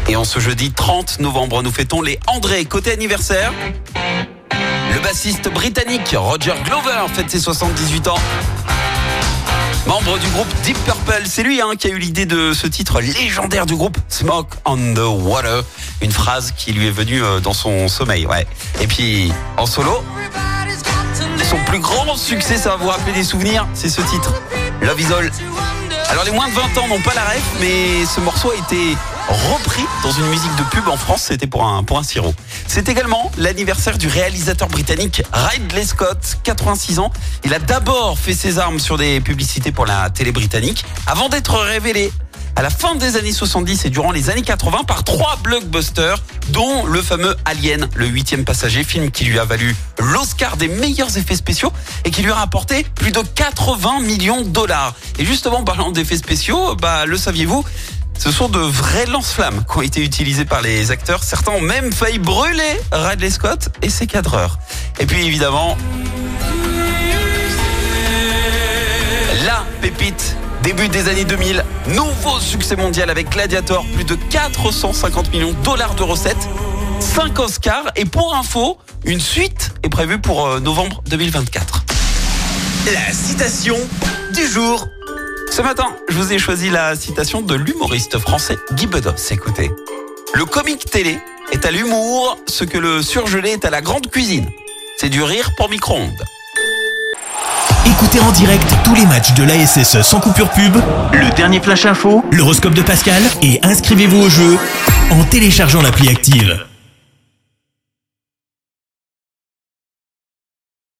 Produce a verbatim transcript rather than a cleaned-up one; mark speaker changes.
Speaker 1: Et en ce jeudi trente novembre, nous fêtons les André. Côté anniversaire, le bassiste britannique Roger Glover fête ses soixante-dix-huit ans. Membre du groupe Deep Purple, c'est lui hein, qui a eu l'idée de ce titre légendaire du groupe, Smoke on the Water. Une phrase qui lui est venue dans son sommeil, ouais. Et puis, en solo, son plus grand succès, ça va vous rappeler des souvenirs, c'est ce titre, Love Is All. Alors les moins de vingt ans n'ont pas la ref, mais ce morceau a été repris dans une musique de pub en France, c'était pour un, pour un sirop. C'est également l'anniversaire du réalisateur britannique Ridley Scott, quatre-vingt-six ans. Il a d'abord fait ses armes sur des publicités pour la télé britannique, avant d'être révélé à la fin des années soixante-dix et durant les années quatre-vingts par trois blockbusters, dont le fameux Alien, le huitième passager, film qui lui a valu l'Oscar des meilleurs effets spéciaux et qui lui a rapporté plus de quatre-vingts millions de dollars. Et justement, parlant d'effets spéciaux, bah, le saviez-vous ? Ce sont de vrais lance-flammes qui ont été utilisés par les acteurs. Certains ont même failli brûler Ridley Scott et ses cadreurs. Et puis évidemment, la pépite début des années deux mille, nouveau succès mondial avec Gladiator, plus de quatre cent cinquante millions de dollars de recettes, cinq Oscars et pour info, une suite est prévue pour euh, novembre deux mille vingt-quatre.
Speaker 2: La citation du jour.
Speaker 1: Ce matin, je vous ai choisi la citation de l'humoriste français Guy Bedos. Écoutez, le comique télé est à l'humour ce que le surgelé est à la grande cuisine. C'est du rire pour micro-ondes.
Speaker 2: Écoutez en direct tous les matchs de l'A S S sans coupure pub, le dernier flash info, l'horoscope de Pascal et inscrivez-vous au jeu en téléchargeant l'appli Active.